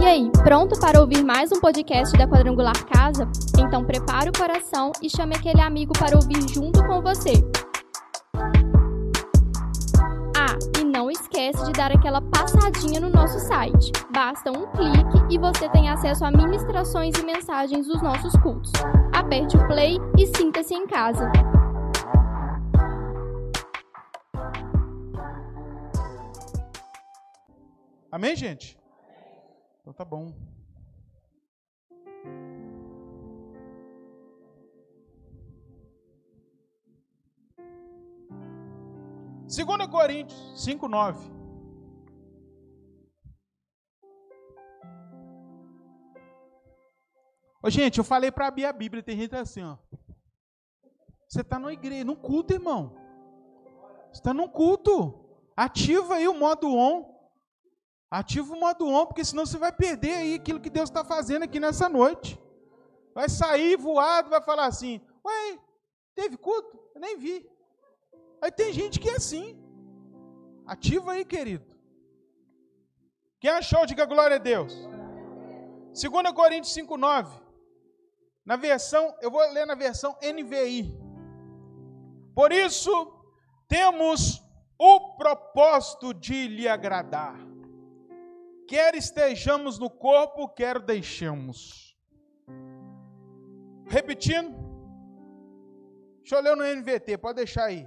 E aí, pronto para ouvir mais um podcast da Quadrangular Casa? Então prepare o coração e chame aquele amigo para ouvir junto com você. Ah, e não esquece de dar aquela passadinha no nosso site. Basta um clique e você tem acesso a ministrações e mensagens dos nossos cultos. Aperte o play e sinta-se em casa. Amém, gente? Então tá bom. Segunda Coríntios 5:9. Ô, gente, eu falei para abrir a Bíblia, tem gente assim, ó. Você está na igreja, num culto, irmão. Você está num culto. Ativa aí o modo on. Ativa o modo on, porque senão você vai perder aí aquilo que Deus está fazendo aqui nessa noite. Vai sair voado, vai falar assim, ué, teve culto? Eu nem vi. Aí tem gente que é assim. Ativa aí, querido. Quem achou, diga glória a Deus. 2 Coríntios 5:9. Na versão, eu vou ler na versão NVI. Por isso, temos o propósito de lhe agradar. Quer estejamos no corpo, quer deixemos. Repetindo. Deixa eu ler no NVT, pode deixar aí.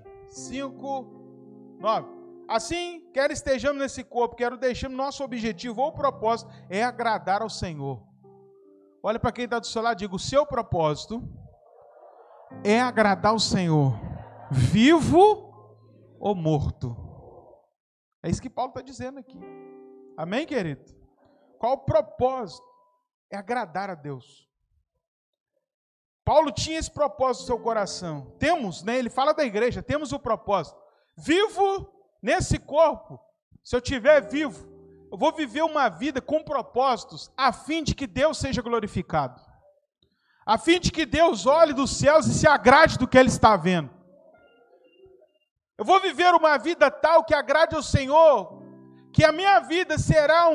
5:9. Assim, quer estejamos nesse corpo, quer deixemos, nosso objetivo ou propósito é agradar ao Senhor. Olha para quem está do seu lado, diga, o seu propósito é agradar ao Senhor, vivo ou morto. É isso que Paulo está dizendo aqui. Amém, querido? Qual o propósito? É agradar a Deus. Paulo tinha esse propósito no seu coração. Temos, né? Ele fala da igreja, temos o propósito. Vivo nesse corpo. Se eu estiver vivo, eu vou viver uma vida com propósitos, a fim de que Deus seja glorificado. A fim de que Deus olhe dos céus e se agrade do que Ele está vendo. Eu vou viver uma vida tal que agrade ao Senhor, que a minha vida será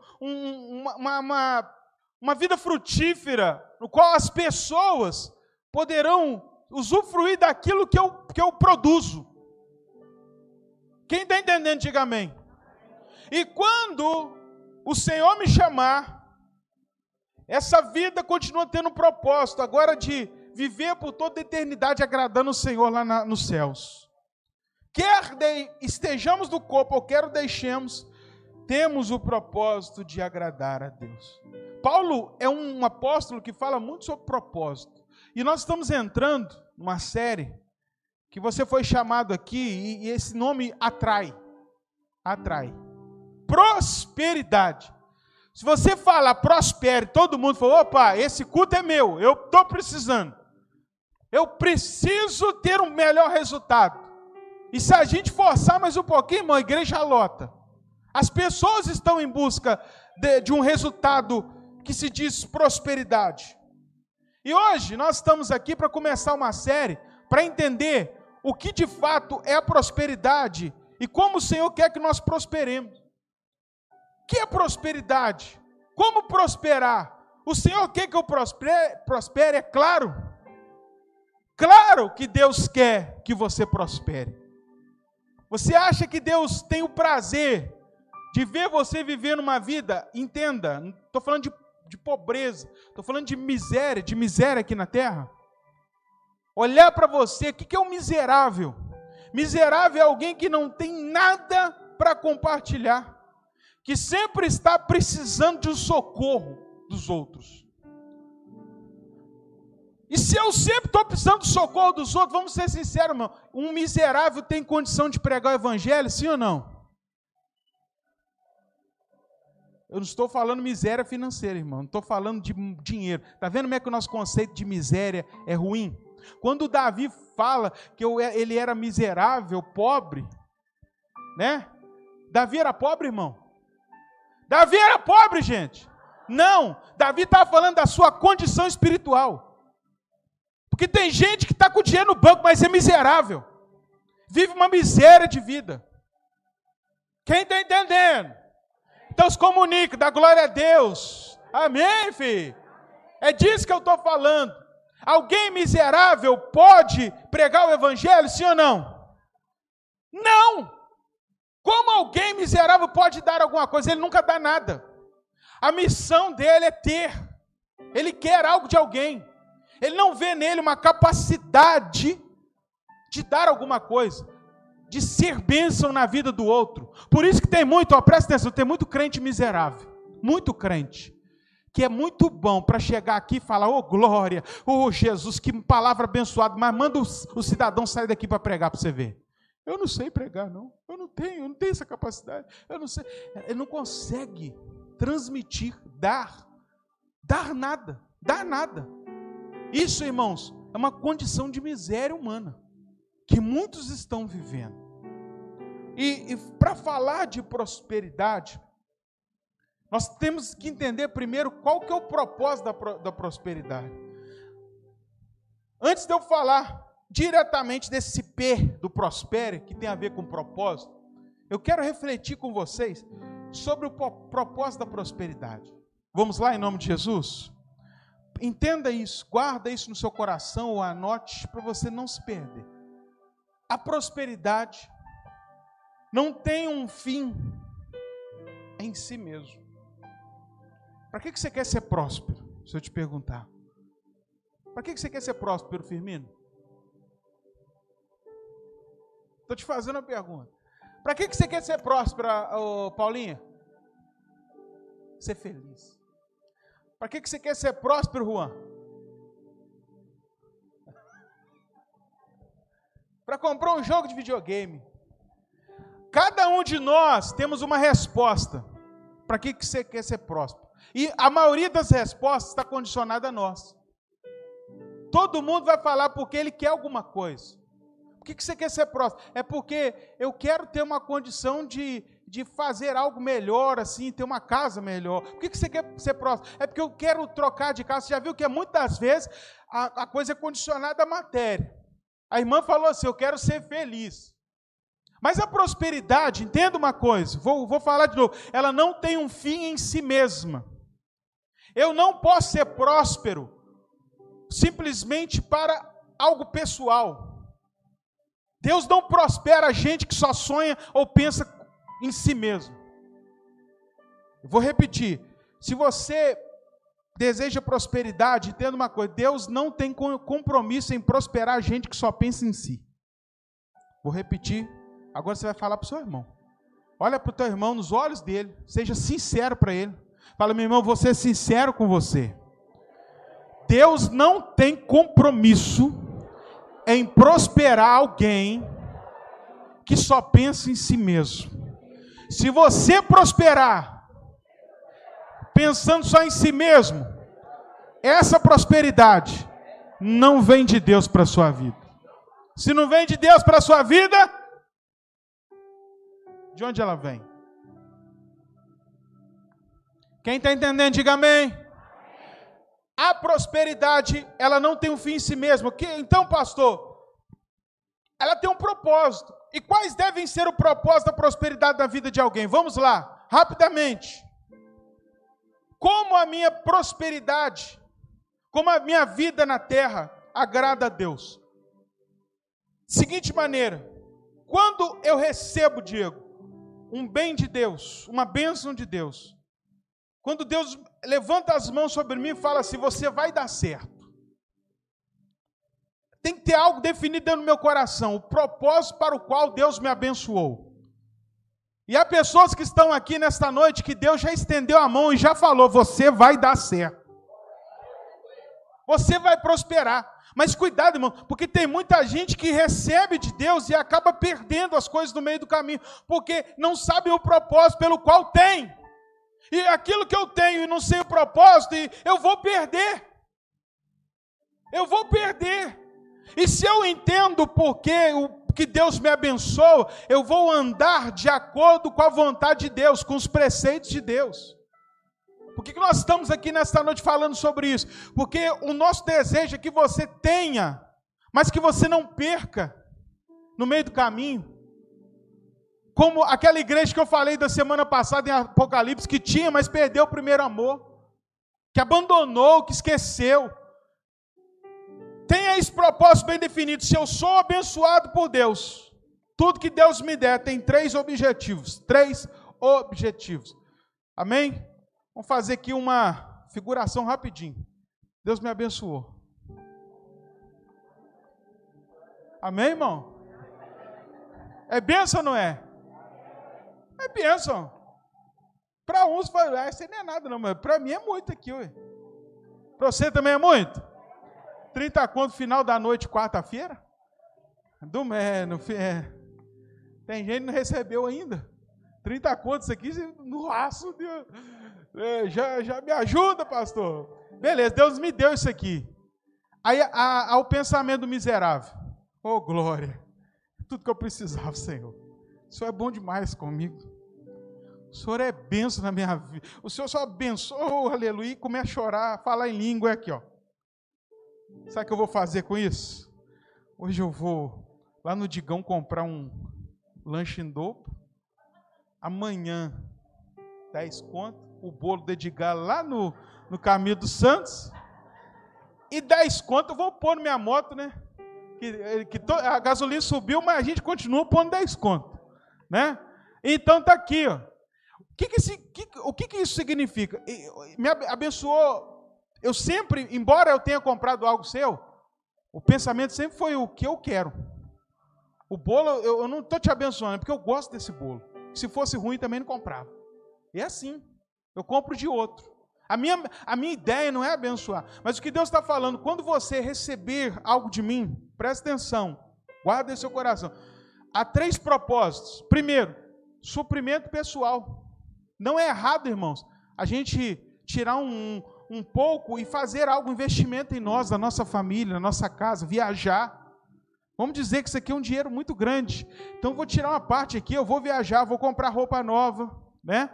uma vida frutífera, no qual as pessoas poderão usufruir daquilo que eu produzo. Quem está entendendo, diga amém. E quando o Senhor me chamar, essa vida continua tendo um propósito, agora de viver por toda a eternidade agradando o Senhor lá nos céus. Quer estejamos no corpo ou quer o deixemos, temos o propósito de agradar a Deus. Paulo é um apóstolo que fala muito sobre propósito. E nós estamos entrando numa série que você foi chamado aqui, e esse nome atrai. Atrai. Prosperidade. Se você falar prospere, todo mundo fala, opa, esse culto é meu, eu estou precisando. Eu preciso ter um melhor resultado. E se a gente forçar mais um pouquinho, irmão, a igreja lota. As pessoas estão em busca de um resultado que se diz prosperidade. E hoje nós estamos aqui para começar uma série para entender o que de fato é a prosperidade e como o Senhor quer que nós prosperemos. O que é prosperidade? Como prosperar? O Senhor quer que eu prospere, é claro. Claro que Deus quer que você prospere. Você acha que Deus tem o prazer de ver você vivendo uma vida, entenda, não estou falando de pobreza, estou falando de miséria aqui na terra? Olhar para você, o que é um miserável? Miserável é alguém que não tem nada para compartilhar, que sempre está precisando de um socorro dos outros. E se eu sempre estou precisando do socorro dos outros, vamos ser sinceros, irmão, um miserável tem condição de pregar o evangelho, sim ou não? Eu não estou falando miséria financeira, irmão, não estou falando de dinheiro. Está vendo como é que o nosso conceito de miséria é ruim? Quando o Davi fala que ele era miserável, pobre, né? Davi era pobre, irmão? Davi era pobre, gente? Não, Davi estava falando da sua condição espiritual. Porque tem gente que está com dinheiro no banco, mas é miserável. Vive uma miséria de vida. Quem está entendendo? Então se comunica, dá glória a Deus. Amém, filho? É disso que eu estou falando. Alguém miserável pode pregar o evangelho, sim ou não? Não! Como alguém miserável pode dar alguma coisa? Ele nunca dá nada. A missão dele é ter. Ele quer algo de alguém. Ele não vê nele uma capacidade de dar alguma coisa, de ser bênção na vida do outro. Por isso que tem muito, presta atenção, tem muito crente miserável, muito crente, que é muito bom para chegar aqui e falar, ô glória, ô Jesus, que palavra abençoada, mas manda o cidadão sair daqui para pregar para você ver. Eu não sei pregar não, eu não tenho essa capacidade, eu não sei. Ele não consegue transmitir, dar nada. Isso, irmãos, é uma condição de miséria humana, que muitos estão vivendo. E para falar de prosperidade, nós temos que entender primeiro qual que é o propósito da prosperidade. Antes de eu falar diretamente desse P do prospere, que tem a ver com propósito, eu quero refletir com vocês sobre o propósito da prosperidade. Vamos lá, em nome de Jesus? Entenda isso, guarda isso no seu coração ou anote para você não se perder. A prosperidade não tem um fim em si mesmo. Para que você quer ser próspero? Se eu te perguntar. Para que você quer ser próspero, Firmino? Estou te fazendo uma pergunta. Para que você quer ser próspera, Paulinha? Ser feliz. Para que você quer ser próspero, Juan? Para comprar um jogo de videogame. Cada um de nós temos uma resposta. Para que você quer ser próspero? E a maioria das respostas está condicionada a nós. Todo mundo vai falar porque ele quer alguma coisa. Por que você quer ser próspero? É porque eu quero ter uma condição de fazer algo melhor, assim, ter uma casa melhor. Por que você quer ser próspero? É porque eu quero trocar de casa. Você já viu que muitas vezes a coisa é condicionada à matéria. A irmã falou assim, eu quero ser feliz. Mas a prosperidade, entenda uma coisa, vou falar de novo, ela não tem um fim em si mesma. Eu não posso ser próspero simplesmente para algo pessoal. Deus não prospera a gente que só sonha ou pensa em si mesmo. Eu vou repetir, se você deseja prosperidade, entenda uma coisa, Deus não tem compromisso em prosperar a gente que só pensa em si. Vou repetir, agora você vai falar para o seu irmão. Olha para o teu irmão nos olhos dele, seja sincero para ele. Fala, meu irmão, vou ser sincero com você. Deus não tem compromisso em prosperar alguém que só pensa em si mesmo. Se você prosperar pensando só em si mesmo, essa prosperidade não vem de Deus para a sua vida. Se não vem de Deus para a sua vida, de onde ela vem? Quem está entendendo, diga amém. A prosperidade, ela não tem um fim em si mesma. Então, pastor, ela tem um propósito. E quais devem ser o propósito da prosperidade da vida de alguém? Vamos lá, rapidamente. Como a minha prosperidade, como a minha vida na terra agrada a Deus? Seguinte maneira, quando eu recebo, Diego, um bem de Deus, uma bênção de Deus, quando Deus levanta as mãos sobre mim e fala assim, você vai dar certo. Tem que ter algo definido dentro do meu coração, o propósito para o qual Deus me abençoou. E há pessoas que estão aqui nesta noite que Deus já estendeu a mão e já falou, você vai dar certo. Você vai prosperar. Mas cuidado, irmão, porque tem muita gente que recebe de Deus e acaba perdendo as coisas no meio do caminho, porque não sabe o propósito pelo qual tem. E aquilo que eu tenho e não sei o propósito, eu vou perder. Eu vou perder. E se eu entendo o porquê, que Deus me abençoa, eu vou andar de acordo com a vontade de Deus, com os preceitos de Deus. Por que nós estamos aqui nesta noite falando sobre isso? Porque o nosso desejo é que você tenha, mas que você não perca no meio do caminho. Como aquela igreja que eu falei da semana passada em Apocalipse, que tinha, mas perdeu o primeiro amor, que abandonou, que esqueceu. Tenha esse propósito bem definido. Se eu sou abençoado por Deus, tudo que Deus me der tem 3 objetivos. 3 objetivos. Amém? Vamos fazer aqui uma figuração rapidinho. Deus me abençoou. Amém, irmão? É bênção ou não é? É bênção. Para uns, isso não é nada não, mas para mim é muito aqui, ué. Para você também é muito? 30 conto final da noite, quarta-feira? Tem gente que não recebeu ainda. 30 contos aqui, nossa, Deus. Já me ajuda, pastor. Beleza, Deus me deu isso aqui. Aí o pensamento do miserável. Oh, glória. Tudo que eu precisava, Senhor. O Senhor é bom demais comigo. O Senhor é benção na minha vida. O Senhor só abençoa, aleluia, e começa a chorar, falar em língua aqui, ó. Sabe o que eu vou fazer com isso? Hoje eu vou lá no Digão comprar um lanche em dobro. Amanhã, 10 conto. O bolo de Edgar lá no Caminho dos Santos. E 10 conto eu vou pôr na minha moto, né? A gasolina subiu, mas a gente continua pondo 10 conto, né? Então tá aqui, ó. O que isso significa? Me abençoou. Eu sempre, embora eu tenha comprado algo seu, o pensamento sempre foi o que eu quero. O bolo, eu não estou te abençoando, porque eu gosto desse bolo. Se fosse ruim, também não comprava. E é assim, eu compro de outro. A minha ideia não é abençoar, mas o que Deus está falando, quando você receber algo de mim, presta atenção, guarda em seu coração. Há 3 propósitos. Primeiro, suprimento pessoal. Não é errado, irmãos, a gente tirar um pouco e fazer algo, investimento em nós, na nossa família, na nossa casa, viajar. Vamos dizer que isso aqui é um dinheiro muito grande. Então, eu vou tirar uma parte aqui, eu vou viajar, vou comprar roupa nova, né?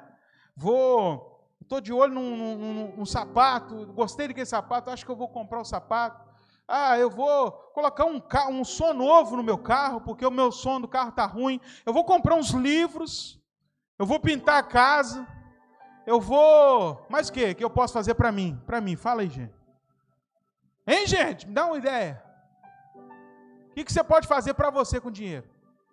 Estou de olho num sapato, gostei daquele sapato, acho que eu vou comprar o sapato. Eu vou colocar um som novo no meu carro, porque o meu som do carro está ruim. Eu vou comprar uns livros, eu vou pintar a casa, eu vou... Mas o que eu posso fazer para mim? Para mim, fala aí, gente. Hein, gente? Me dá uma ideia. O que você pode fazer para você com dinheiro?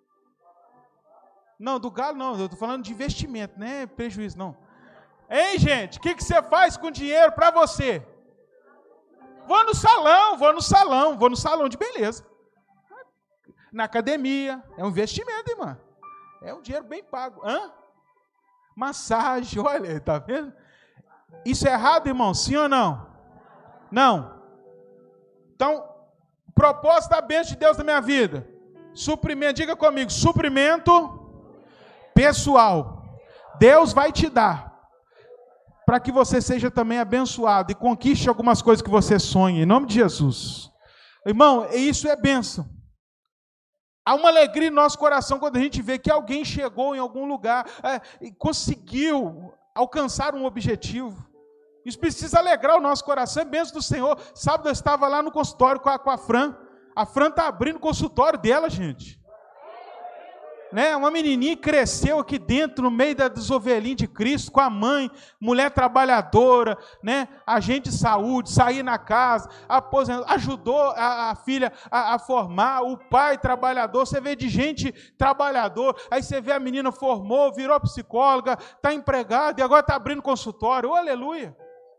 Não, do galo não, eu estou falando de investimento, não é prejuízo não. Hein, gente? O que você faz com dinheiro para você? Vou no salão de beleza. Na academia, é um investimento, irmã. É um dinheiro bem pago. Massagem, olha, tá vendo? Isso é errado, irmão? Sim ou não? Não. Então, o propósito da bênção de Deus na minha vida. Suprimento, diga comigo, suprimento pessoal. Deus vai te dar, para que você seja também abençoado e conquiste algumas coisas que você sonha, em nome de Jesus. Irmão, isso é bênção. Há uma alegria em nosso coração quando a gente vê que alguém chegou em algum lugar e conseguiu alcançar um objetivo. Isso precisa alegrar o nosso coração, é bênção do Senhor. Sábado eu estava lá no consultório com a Fran. A Fran está abrindo o consultório dela, gente. Né? Uma menininha cresceu aqui dentro, no meio dos ovelhinhos de Cristo, com a mãe, mulher trabalhadora, né? Agente de saúde, sair na casa, ajudou a filha a formar, o pai trabalhador, você vê de gente trabalhador, aí você vê a menina formou, virou psicóloga, está empregada e agora está abrindo consultório, aleluia.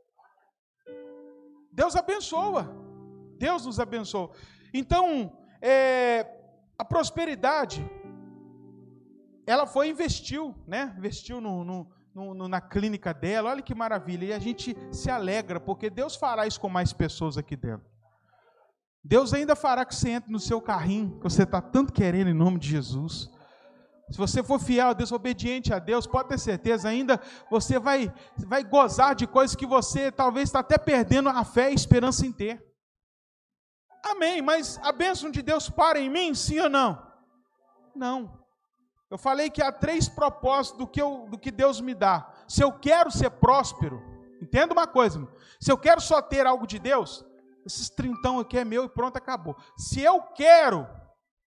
Deus abençoa, Deus nos abençoa. Então, a prosperidade, ela investiu, né? Investiu na clínica dela, olha que maravilha, e a gente se alegra, porque Deus fará isso com mais pessoas aqui dentro. Deus ainda fará que você entre no seu carrinho, que você está tanto querendo em nome de Jesus. Se você for fiel a Deus, obediente a Deus, pode ter certeza, ainda você vai gozar de coisas que você talvez está até perdendo a fé e a esperança em ter. Amém, mas a bênção de Deus para em mim, sim ou não? Não. Eu falei que há 3 propósitos do que Deus me dá. Se eu quero ser próspero, entenda uma coisa, irmão, se eu quero só ter algo de Deus, esses 30 aqui é meu e pronto, acabou. Se eu quero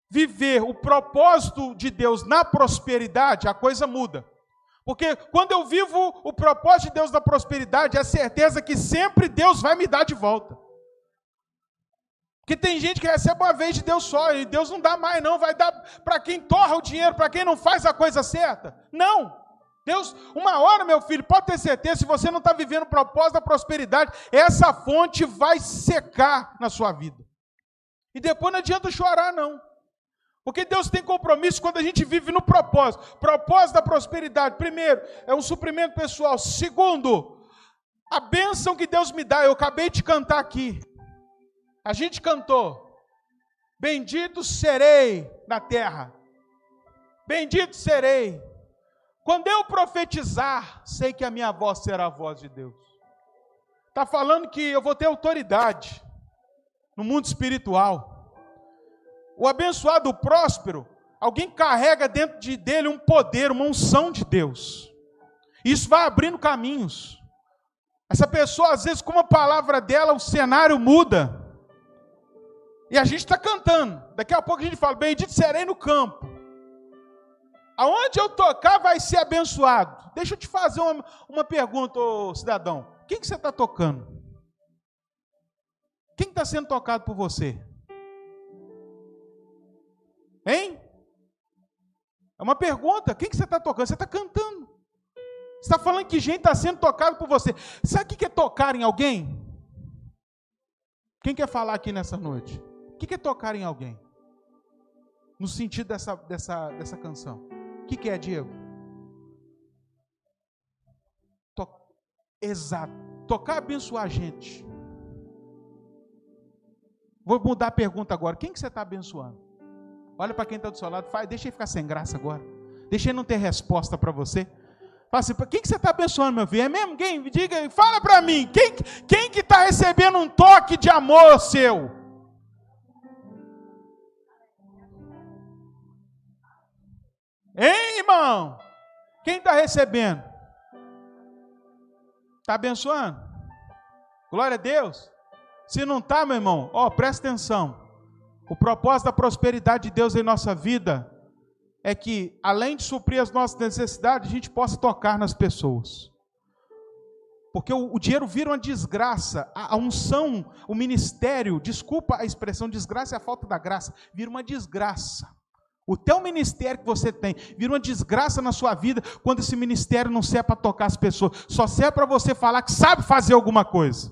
viver o propósito de Deus na prosperidade, a coisa muda. Porque quando eu vivo o propósito de Deus na prosperidade, é a certeza que sempre Deus vai me dar de volta. Porque tem gente que recebe uma vez de Deus só, e Deus não dá mais não, vai dar para quem torra o dinheiro, para quem não faz a coisa certa. Não! Deus, uma hora, meu filho, pode ter certeza, se você não está vivendo o propósito da prosperidade, essa fonte vai secar na sua vida. E depois não adianta chorar, não. Porque Deus tem compromisso quando a gente vive no propósito. Propósito da prosperidade, primeiro, é um suprimento pessoal. Segundo, a bênção que Deus me dá. Eu acabei de cantar aqui. A gente cantou. Bendito serei na terra. Bendito serei. Quando eu profetizar, sei que a minha voz será a voz de Deus. Está falando que eu vou ter autoridade no mundo espiritual. O abençoado, o próspero, alguém carrega dentro dele um poder, uma unção de Deus. Isso vai abrindo caminhos. Essa pessoa, às vezes, com uma palavra dela, o cenário muda. E a gente está cantando. Daqui a pouco a gente fala, bendito serei no campo. Aonde eu tocar vai ser abençoado. Deixa eu te fazer uma pergunta, ô cidadão. Quem que você está tocando? Quem está sendo tocado por você? Hein? É uma pergunta. Quem que você está tocando? Você está cantando. Você está falando que gente está sendo tocado por você. Sabe o que é tocar em alguém? Quem quer falar aqui nessa noite? O que é tocar em alguém? No sentido dessa canção. O que é, Diego? Exato. Tocar e abençoar a gente. Vou mudar a pergunta agora. Quem que você está abençoando? Olha para quem está do seu lado. Deixa ele ficar sem graça agora. Deixa ele não ter resposta para você. Fala assim, quem que você está abençoando, meu filho? É mesmo? Quem? Diga, fala para mim. Quem que está recebendo um toque de amor seu? Hein, irmão? Quem está recebendo? Está abençoando? Glória a Deus. Se não está, meu irmão, presta atenção. O propósito da prosperidade de Deus em nossa vida é que, além de suprir as nossas necessidades, a gente possa tocar nas pessoas. Porque o dinheiro vira uma desgraça, a unção, o ministério, desculpa a expressão, desgraça é a falta da graça, vira uma desgraça. O teu ministério que você tem, vira uma desgraça na sua vida, quando esse ministério não serve para tocar as pessoas, só serve para você falar que sabe fazer alguma coisa.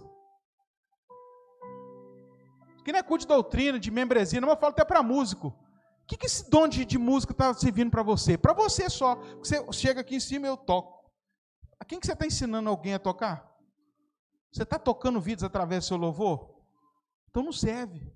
Que não é culto de doutrina, de membresia, não, eu falo até para músico. O que esse dom de música está servindo para você? Para você só. Você chega aqui em cima e eu toco. A quem que você está ensinando alguém a tocar? Você está tocando vidas através do seu louvor? Então não serve.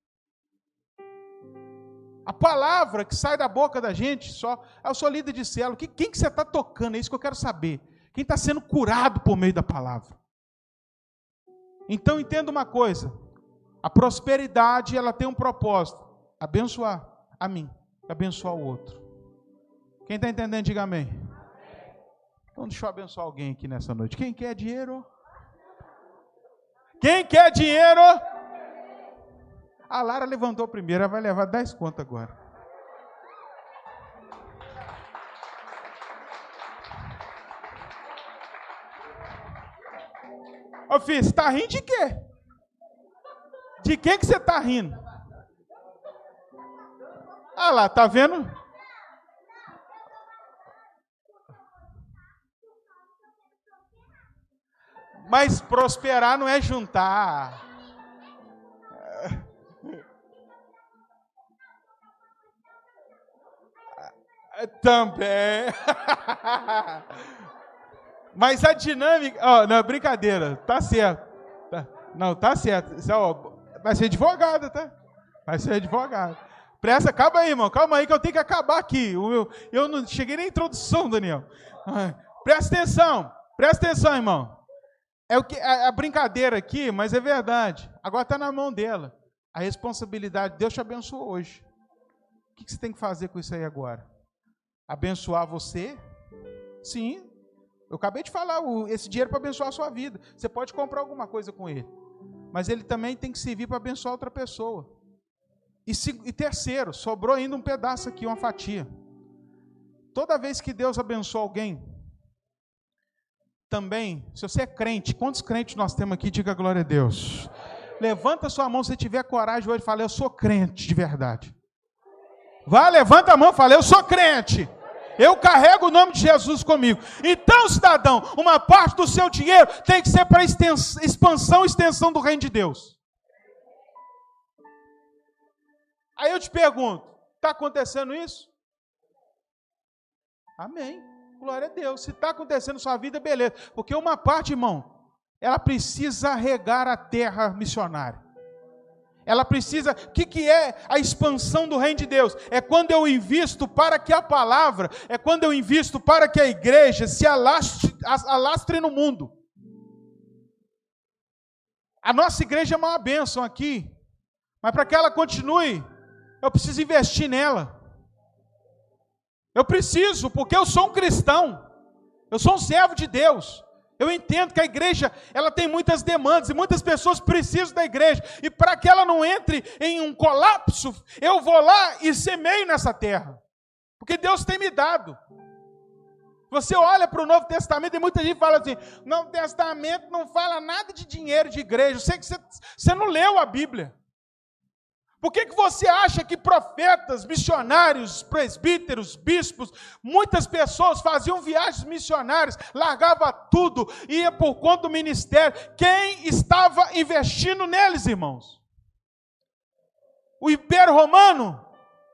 A palavra que sai da boca da gente, eu sou líder de célula. Quem que você está tocando? É isso que eu quero saber. Quem está sendo curado por meio da palavra? Então entenda uma coisa. A prosperidade, ela tem um propósito. Abençoar a mim, abençoar o outro. Quem está entendendo, diga amém. Então deixa eu abençoar alguém aqui nessa noite. Quem quer dinheiro? Quem quer dinheiro? A Lara levantou primeiro, ela vai levar 10 conto agora. Ô filho, você está rindo de quê? De que você está rindo? Ah lá, tá vendo? Mas prosperar não é juntar. Também. Mas a dinâmica... não, brincadeira. Tá certo. Não, tá certo. Vai ser advogado, tá? Vai ser advogado. Calma aí, irmão. Calma aí que eu tenho que acabar aqui. Eu não cheguei nem na introdução, Daniel. Presta atenção, irmão. É a brincadeira aqui, mas é verdade. Agora está na mão dela. A responsabilidade, Deus te abençoou hoje. O que você tem que fazer com isso aí agora? Abençoar você? Sim. Eu acabei de falar, esse dinheiro para abençoar a sua vida. Você pode comprar alguma coisa com ele. Mas ele também tem que servir para abençoar outra pessoa. E terceiro, sobrou ainda um pedaço aqui, uma fatia. Toda vez que Deus abençoa alguém, também, se você é crente, quantos crentes nós temos aqui? Diga glória a Deus. Levanta sua mão, se tiver coragem hoje, fala, eu sou crente de verdade. Vá, levanta a mão e fala, eu sou crente. Eu carrego o nome de Jesus comigo. Então, cidadão, uma parte do seu dinheiro tem que ser para expansão e extensão do reino de Deus. Aí eu te pergunto, está acontecendo isso? Amém. Glória a Deus. Se está acontecendo na sua vida, beleza. Porque uma parte, irmão, ela precisa regar a terra missionária. Ela precisa, o que é a expansão do reino de Deus? É quando eu invisto para que a palavra, é quando eu invisto para que a igreja se alastre no mundo. A nossa igreja é uma bênção aqui, mas para que ela continue, eu preciso investir nela. Eu preciso, porque eu sou um cristão, eu sou um servo de Deus. Eu entendo que a igreja, ela tem muitas demandas, e muitas pessoas precisam da igreja, e para que ela não entre em um colapso, eu vou lá e semeio nessa terra, porque Deus tem me dado. Você olha para o Novo Testamento, e muita gente fala assim, o Novo Testamento não fala nada de dinheiro de igreja. Eu sei que você não leu a Bíblia. Por que você acha que profetas, missionários, presbíteros, bispos, muitas pessoas faziam viagens missionárias, largava tudo, ia por conta do ministério? Quem estava investindo neles, irmãos? O Império Romano?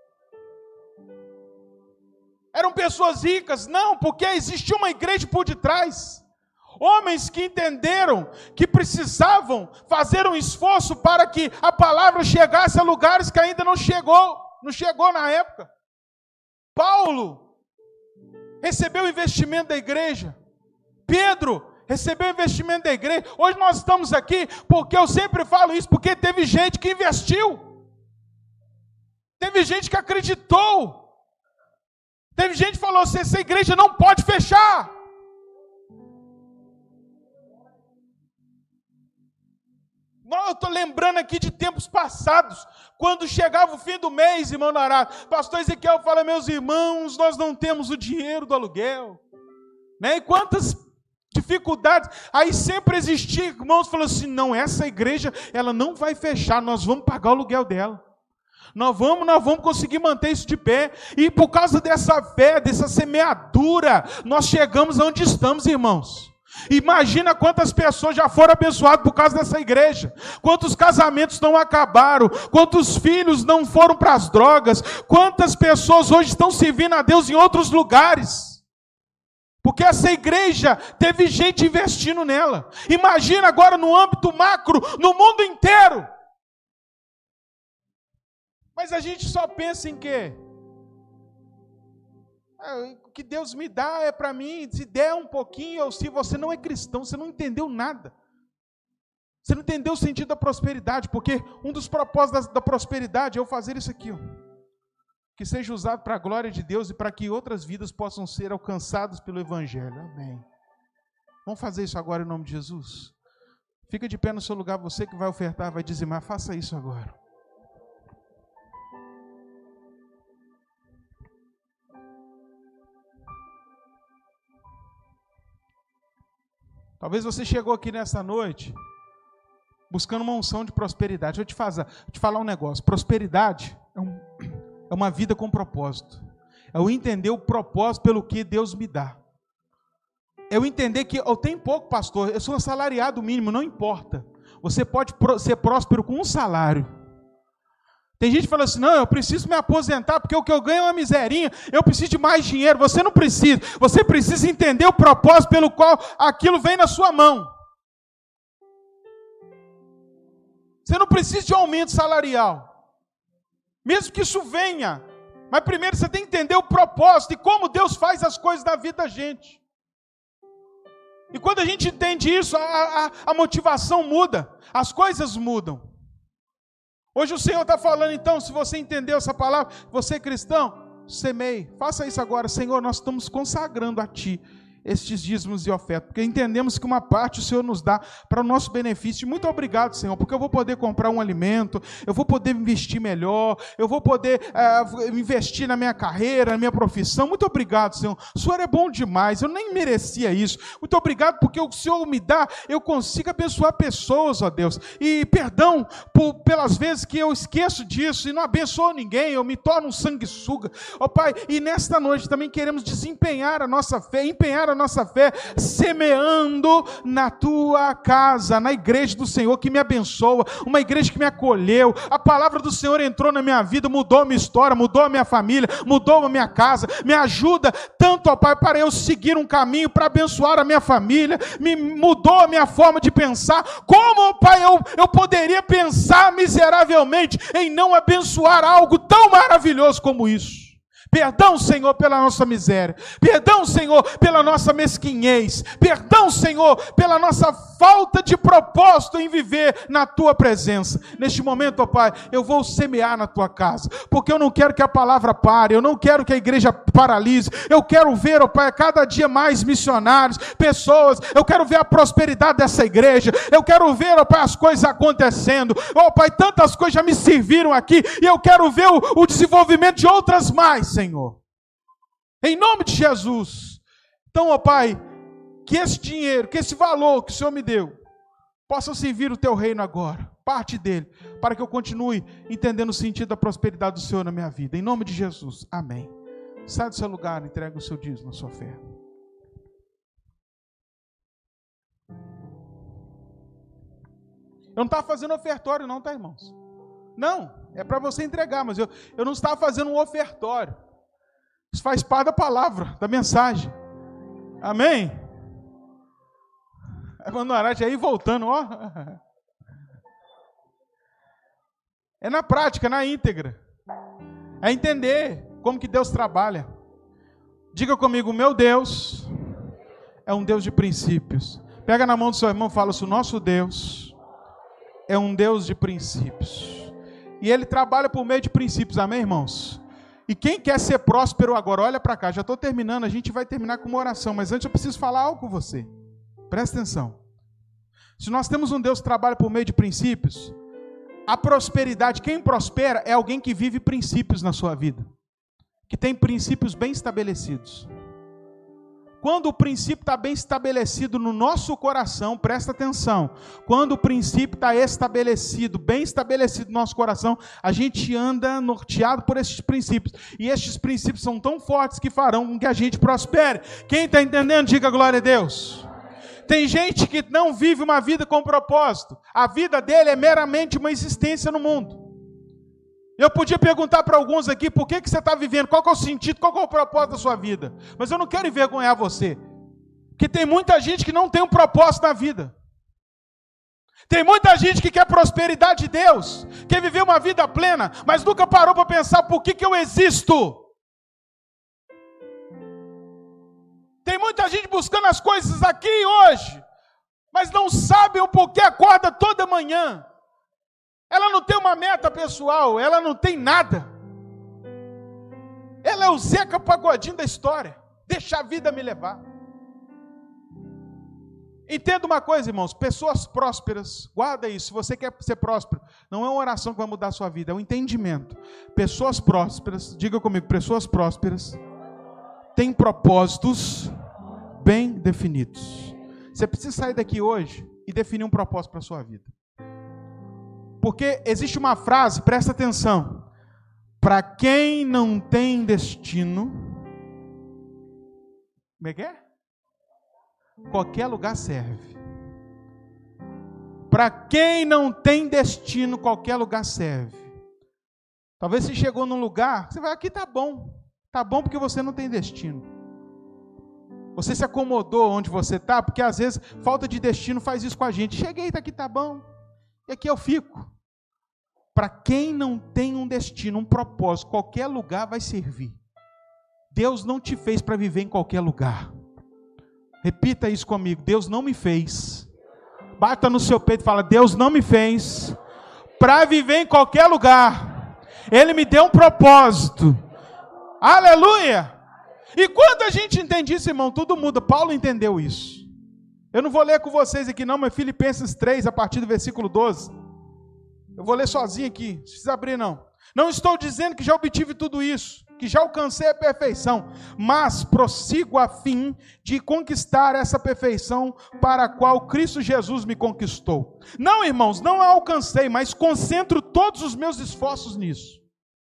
Eram pessoas ricas? Não, porque existia uma igreja por detrás. Homens que entenderam que precisavam fazer um esforço para que a palavra chegasse a lugares que ainda não chegou na época. Paulo recebeu o investimento da igreja. Pedro recebeu o investimento da igreja. Hoje nós estamos aqui porque eu sempre falo isso, porque teve gente que investiu. Teve gente que acreditou. Teve gente que falou assim, essa igreja não pode fechar. Eu estou lembrando aqui de tempos passados, quando chegava o fim do mês, irmão Narado, pastor Ezequiel fala, meus irmãos, nós não temos o dinheiro do aluguel, né? E quantas dificuldades, aí sempre existia irmãos que falaram assim, não, essa igreja, ela não vai fechar, nós vamos pagar o aluguel dela, nós vamos conseguir manter isso de pé, e por causa dessa fé, dessa semeadura, nós chegamos onde estamos, irmãos. Imagina quantas pessoas já foram abençoadas por causa dessa igreja, quantos casamentos não acabaram, quantos filhos não foram para as drogas, quantas pessoas hoje estão servindo a Deus em outros lugares, porque essa igreja teve gente investindo nela. Imagina agora no âmbito macro, no mundo inteiro. Mas a gente só pensa em quê? O que Deus me dá é para mim, se der um pouquinho, ou se você não é cristão, você não entendeu nada. Você não entendeu o sentido da prosperidade, porque um dos propósitos da prosperidade é eu fazer isso aqui, ó, que seja usado para a glória de Deus e para que outras vidas possam ser alcançadas pelo Evangelho. Amém. Vamos fazer isso agora em nome de Jesus? Fica de pé no seu lugar, você que vai ofertar, vai dizimar, faça isso agora. Talvez você chegou aqui nessa noite buscando uma unção de prosperidade. Deixa eu te falar um negócio. Prosperidade é uma vida com propósito. É eu entender o propósito pelo que Deus me dá. É eu entender que eu tenho pouco, pastor, eu sou assalariado mínimo, não importa. Você pode ser próspero com um salário. Tem gente que fala assim, não, eu preciso me aposentar, porque o que eu ganho é uma miserinha, eu preciso de mais dinheiro. Você não precisa, você precisa entender o propósito pelo qual aquilo vem na sua mão. Você não precisa de um aumento salarial, mesmo que isso venha, mas primeiro você tem que entender o propósito e como Deus faz as coisas na vida da gente. E quando a gente entende isso, a motivação muda, as coisas mudam. Hoje o Senhor está falando, então, se você entendeu essa palavra, você é cristão, semeie, faça isso agora. Senhor, nós estamos consagrando a Ti estes dízimos e ofertas, porque entendemos que uma parte o Senhor nos dá para o nosso benefício. Muito obrigado, Senhor, porque eu vou poder comprar um alimento, eu vou poder investir melhor, eu vou poder investir na minha carreira, na minha profissão. Muito obrigado, Senhor. O Senhor é bom demais, eu nem merecia isso. Muito obrigado porque o Senhor me dá, eu consigo abençoar pessoas, ó Deus. E perdão pelas vezes que eu esqueço disso e não abençoo ninguém, eu me torno um sanguessuga. Ó Pai, e nesta noite também queremos empenhar a nossa fé, semeando na tua casa, na igreja do Senhor que me abençoa, uma igreja que me acolheu. A palavra do Senhor entrou na minha vida, mudou a minha história, mudou a minha família, mudou a minha casa, me ajuda tanto, ó Pai, para eu seguir um caminho, para abençoar a minha família, me mudou a minha forma de pensar. Como, ó Pai, eu poderia pensar miseravelmente em não abençoar algo tão maravilhoso como isso? Perdão, Senhor, pela nossa miséria. Perdão, Senhor, pela nossa mesquinhez. Perdão, Senhor, pela nossa falta de propósito em viver na Tua presença. Neste momento, ó Pai, eu vou semear na Tua casa, porque eu não quero que a palavra pare, eu não quero que a igreja paralise. Eu quero ver, ó Pai, cada dia mais missionários, pessoas. Eu quero ver a prosperidade dessa igreja. Eu quero ver, ó Pai, as coisas acontecendo. Ó Pai, tantas coisas já me serviram aqui, e eu quero ver o desenvolvimento de outras mais, Senhor, em nome de Jesus. Então, ó Pai, que esse dinheiro, que esse valor que o Senhor me deu, possa servir o Teu reino agora, parte dele, para que eu continue entendendo o sentido da prosperidade do Senhor na minha vida, em nome de Jesus, amém. Sai do seu lugar, entrega o seu dízimo, a sua fé. Eu não estava fazendo ofertório não, tá, irmãos? Não, é para você entregar, mas eu não estava fazendo um ofertório. Isso faz parte da palavra, da mensagem. Amém? Mano Arate aí voltando, ó. É na prática, na íntegra. É entender como que Deus trabalha. Diga comigo, meu Deus é um Deus de princípios. Pega na mão do seu irmão e fala assim, o nosso Deus é um Deus de princípios. E Ele trabalha por meio de princípios, amém, irmãos? E quem quer ser próspero agora, olha para cá, já estou terminando, a gente vai terminar com uma oração, mas antes eu preciso falar algo com você. Presta atenção. Se nós temos um Deus que trabalha por meio de princípios, a prosperidade, quem prospera é alguém que vive princípios na sua vida, que tem princípios bem estabelecidos. Quando o princípio está bem estabelecido no nosso coração, presta atenção, quando o princípio está estabelecido, bem estabelecido no nosso coração, a gente anda norteado por esses princípios, e estes princípios são tão fortes que farão com que a gente prospere. Quem está entendendo, diga glória a Deus. Tem gente que não vive uma vida com propósito, a vida dele é meramente uma existência no mundo. Eu podia perguntar para alguns aqui, por que você está vivendo? Qual que é o sentido? Qual que é o propósito da sua vida? Mas eu não quero envergonhar você. Porque tem muita gente que não tem um propósito na vida. Tem muita gente que quer prosperidade de Deus, quer viver uma vida plena, mas nunca parou para pensar por que eu existo. Tem muita gente buscando as coisas aqui e hoje, mas não sabe o porquê acorda toda manhã. Ela não tem uma meta pessoal, ela não tem nada. Ela é o Zeca Pagodinho da história. Deixa a vida me levar. Entenda uma coisa, irmãos, pessoas prósperas, guarda isso, se você quer ser próspero, não é uma oração que vai mudar a sua vida, é um entendimento. Pessoas prósperas, diga comigo, pessoas prósperas têm propósitos bem definidos. Você precisa sair daqui hoje e definir um propósito para a sua vida. Porque existe uma frase, presta atenção, para quem não tem destino, como é que é? Qualquer lugar serve. Para quem não tem destino, qualquer lugar serve. Talvez você chegou num lugar, você vai, aqui tá bom porque você não tem destino. Você se acomodou onde você está, porque às vezes falta de destino faz isso com a gente. Cheguei, aqui tá bom. E aqui eu fico. Para quem não tem um destino, um propósito, qualquer lugar vai servir. Deus não te fez para viver em qualquer lugar. Repita isso comigo. Deus não me fez. Bata no seu peito e fala, Deus não me fez para viver em qualquer lugar. Ele me deu um propósito. Aleluia! E quando a gente entende isso, irmão, tudo muda. Paulo entendeu isso. Eu não vou ler com vocês aqui não, mas Filipenses 3, a partir do versículo 12. Eu vou ler sozinho aqui, não precisa abrir não. Não estou dizendo que já obtive tudo isso, que já alcancei a perfeição, mas prossigo a fim de conquistar essa perfeição para a qual Cristo Jesus me conquistou. Não, irmãos, não a alcancei, mas concentro todos os meus esforços nisso.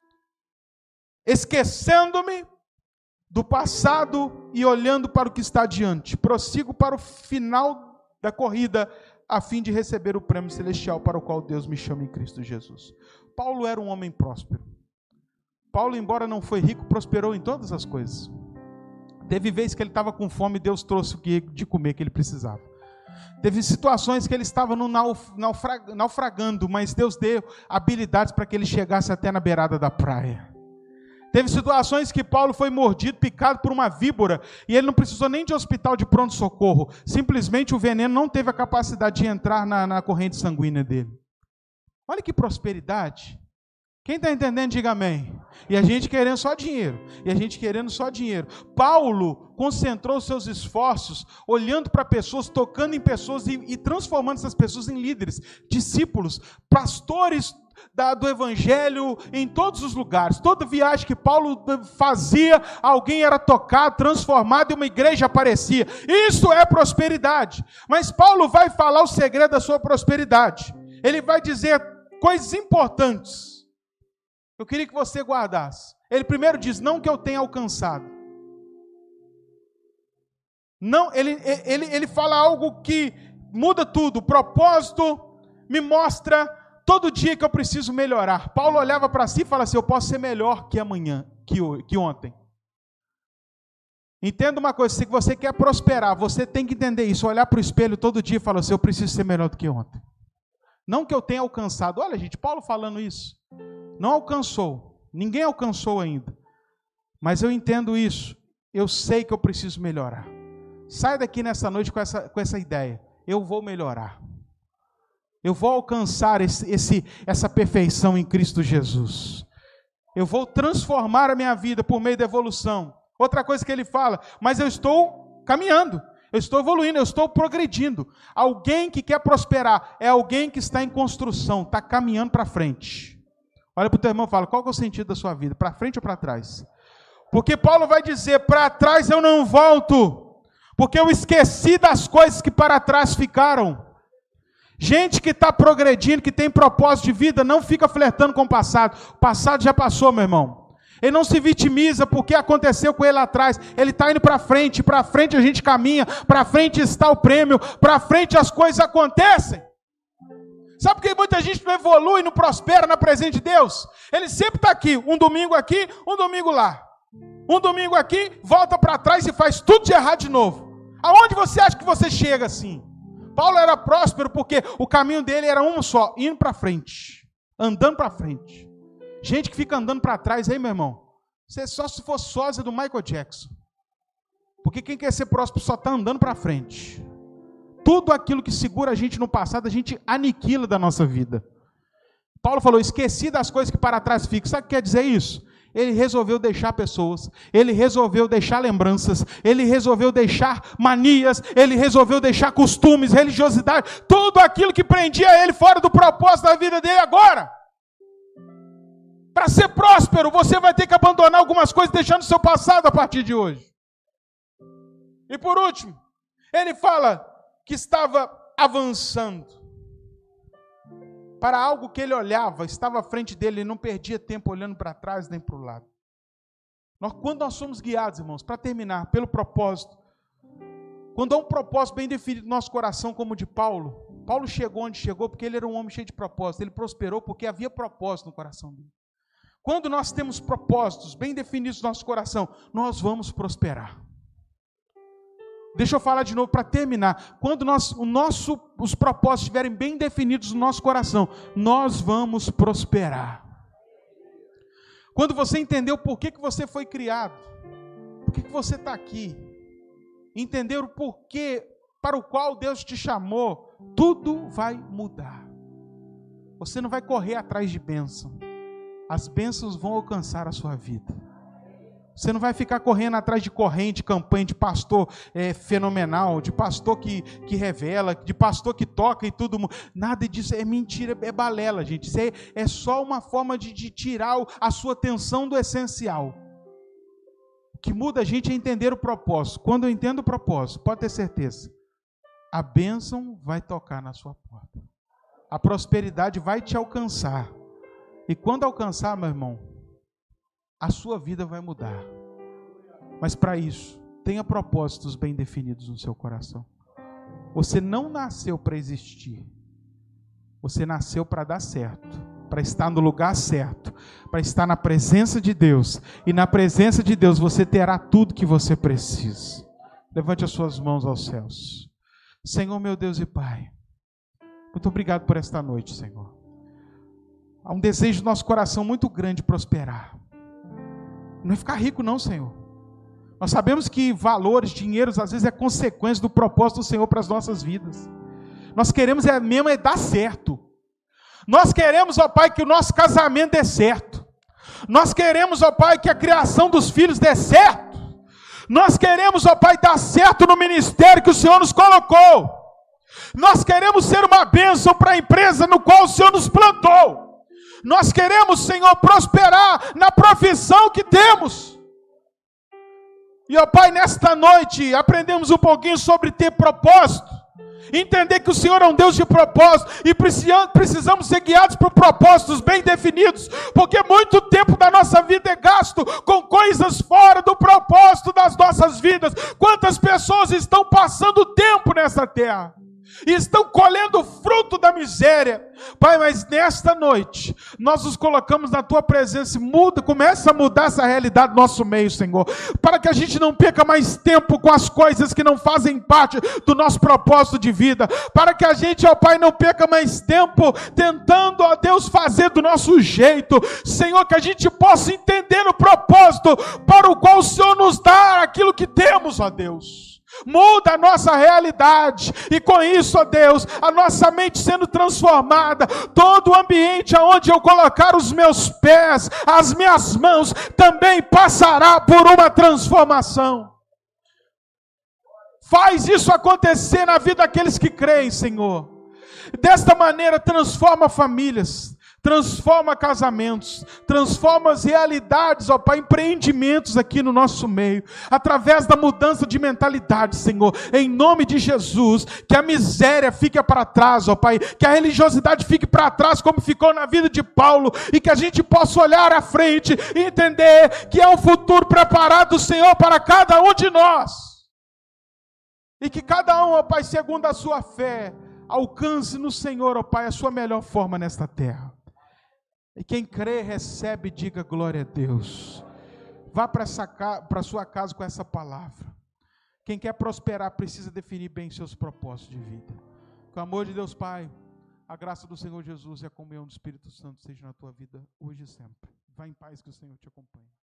Esquecendo-me do passado e olhando para o que está adiante. Prossigo para o final da corrida, a fim de receber o prêmio celestial para o qual Deus me chama em Cristo Jesus. Paulo era um homem próspero. Paulo, embora não foi rico, prosperou em todas as coisas. Teve vezes que ele estava com fome e Deus trouxe o que de comer que ele precisava. Teve situações que ele estava naufragando, mas Deus deu habilidades para que ele chegasse até na beirada da praia. Teve situações que Paulo foi mordido, picado por uma víbora, e ele não precisou nem de hospital de pronto-socorro. Simplesmente o veneno não teve a capacidade de entrar na corrente sanguínea dele. Olha que prosperidade. Quem está entendendo, diga amém. E a gente querendo só dinheiro. Paulo concentrou seus esforços, olhando para pessoas, tocando em pessoas e transformando essas pessoas em líderes, discípulos, pastores do evangelho em todos os lugares. Toda viagem que Paulo fazia, alguém era tocado, transformado e uma igreja aparecia. Isso é prosperidade. Mas Paulo vai falar o segredo da sua prosperidade. Ele vai dizer coisas importantes. Eu queria que você guardasse. Ele primeiro diz, não que eu tenha alcançado. Não, ele fala algo que muda tudo. O propósito me mostra todo dia que eu preciso melhorar. Paulo olhava para si e falava assim, eu posso ser melhor que amanhã, que ontem. Entenda uma coisa, se você quer prosperar, você tem que entender isso, olhar para o espelho todo dia e falar assim, eu preciso ser melhor do que ontem. Não que eu tenha alcançado. Olha, gente, Paulo falando isso. Não alcançou. Ninguém alcançou ainda. Mas eu entendo isso. Eu sei que eu preciso melhorar. Sai daqui nessa noite com essa ideia. Eu vou melhorar. Eu vou alcançar essa perfeição em Cristo Jesus. Eu vou transformar a minha vida por meio da evolução. Outra coisa que ele fala, mas eu estou caminhando. Eu estou evoluindo, eu estou progredindo. Alguém que quer prosperar é alguém que está em construção, está caminhando para frente. Olha para o teu irmão e fala, qual que é o sentido da sua vida? Para frente ou para trás? Porque Paulo vai dizer, para trás eu não volto, porque eu esqueci das coisas que para trás ficaram. Gente que está progredindo, que tem propósito de vida, não fica flertando com o passado. O passado já passou, meu irmão. Ele não se vitimiza porque aconteceu com ele lá atrás. Ele está indo para frente a gente caminha, para frente está o prêmio, para frente as coisas acontecem. Sabe por que muita gente não evolui, não prospera na presença de Deus? Ele sempre está aqui, um domingo aqui, um domingo lá. Um domingo aqui, volta para trás e faz tudo de errado de novo. Aonde você acha que você chega assim? Paulo era próspero porque o caminho dele era um só, indo para frente, andando para frente. Gente que fica andando para trás, aí meu irmão, você só se for sósia do Michael Jackson. Porque quem quer ser próspero só está andando para frente. Tudo aquilo que segura a gente no passado, a gente aniquila da nossa vida. Paulo falou, esqueci das coisas que para trás ficam. Sabe o que quer dizer isso? Ele resolveu deixar pessoas, ele resolveu deixar lembranças, ele resolveu deixar manias, ele resolveu deixar costumes, religiosidade, tudo aquilo que prendia ele fora do propósito da vida dele agora. Para ser próspero, você vai ter que abandonar algumas coisas, deixando o seu passado a partir de hoje. E por último, ele fala que estava avançando para algo que ele olhava, estava à frente dele, ele não perdia tempo olhando para trás nem para o lado. Quando nós somos guiados, irmãos, para terminar, pelo propósito, quando há um propósito bem definido no nosso coração, como o de Paulo, Paulo chegou onde chegou porque ele era um homem cheio de propósito, ele prosperou porque havia propósito no coração dele. Quando nós temos propósitos bem definidos no nosso coração, nós vamos prosperar. Deixa eu falar de novo para terminar. Quando os propósitos estiverem bem definidos no nosso coração, nós vamos prosperar. Quando você entendeu por que você foi criado, por que você está aqui, entender o porquê para o qual Deus te chamou, tudo vai mudar. Você não vai correr atrás de bênção. As bênçãos vão alcançar a sua vida. Você não vai ficar correndo atrás de corrente, campanha de pastor fenomenal, de pastor que revela, de pastor que toca e tudo. Nada disso é mentira, é balela, gente. Isso é só uma forma de tirar a sua atenção do essencial. O que muda a gente é entender o propósito. Quando eu entendo o propósito, pode ter certeza, a bênção vai tocar na sua porta. A prosperidade vai te alcançar. E quando alcançar, meu irmão, a sua vida vai mudar. Mas para isso, tenha propósitos bem definidos no seu coração. Você não nasceu para existir. Você nasceu para dar certo, para estar no lugar certo, para estar na presença de Deus. E na presença de Deus você terá tudo que você precisa. Levante as suas mãos aos céus. Senhor, meu Deus e Pai, muito obrigado por esta noite, Senhor. Há um desejo no nosso coração muito grande de prosperar. Não é ficar rico não, Senhor. Nós sabemos que valores, dinheiros, às vezes é consequência do propósito do Senhor para as nossas vidas. Nós queremos mesmo dar certo. Nós queremos, ó Pai, que o nosso casamento dê certo. Nós queremos, ó Pai, que a criação dos filhos dê certo. Nós queremos, ó Pai, dar certo no ministério que o Senhor nos colocou. Nós queremos ser uma bênção para a empresa no qual o Senhor nos plantou. Nós queremos, Senhor, prosperar na profissão que temos. E, ó Pai, nesta noite, aprendemos um pouquinho sobre ter propósito. Entender que o Senhor é um Deus de propósito. E precisamos ser guiados por propósitos bem definidos. Porque muito tempo da nossa vida é gasto com coisas fora do propósito das nossas vidas. Quantas pessoas estão passando tempo nessa terra e estão colhendo o fruto da miséria. Pai, mas nesta noite, nós nos colocamos na Tua presença e começa a mudar essa realidade do nosso meio, Senhor, para que a gente não perca mais tempo com as coisas que não fazem parte do nosso propósito de vida, para que a gente, ó Pai, não perca mais tempo tentando, ó Deus, fazer do nosso jeito, Senhor, que a gente possa entender o propósito para o qual o Senhor nos dá aquilo que temos, ó Deus. Muda a nossa realidade, e com isso, ó Deus, a nossa mente sendo transformada, todo o ambiente aonde eu colocar os meus pés, as minhas mãos, também passará por uma transformação. Faz isso acontecer na vida daqueles que creem, Senhor. Desta maneira, transforma famílias, transforma casamentos, transforma as realidades, ó Pai, empreendimentos aqui no nosso meio, através da mudança de mentalidade, Senhor, em nome de Jesus, que a miséria fique para trás, ó Pai, que a religiosidade fique para trás, como ficou na vida de Paulo, e que a gente possa olhar à frente e entender que é um futuro preparado do Senhor para cada um de nós, e que cada um, ó Pai, segundo a sua fé, alcance no Senhor, ó Pai, a sua melhor forma nesta terra. E quem crê, recebe, diga glória a Deus. Vá para a sua casa com essa palavra. Quem quer prosperar precisa definir bem seus propósitos de vida. Com o amor de Deus Pai, a graça do Senhor Jesus e a comunhão do Espírito Santo seja na tua vida hoje e sempre. Vá em paz, que o Senhor te acompanhe.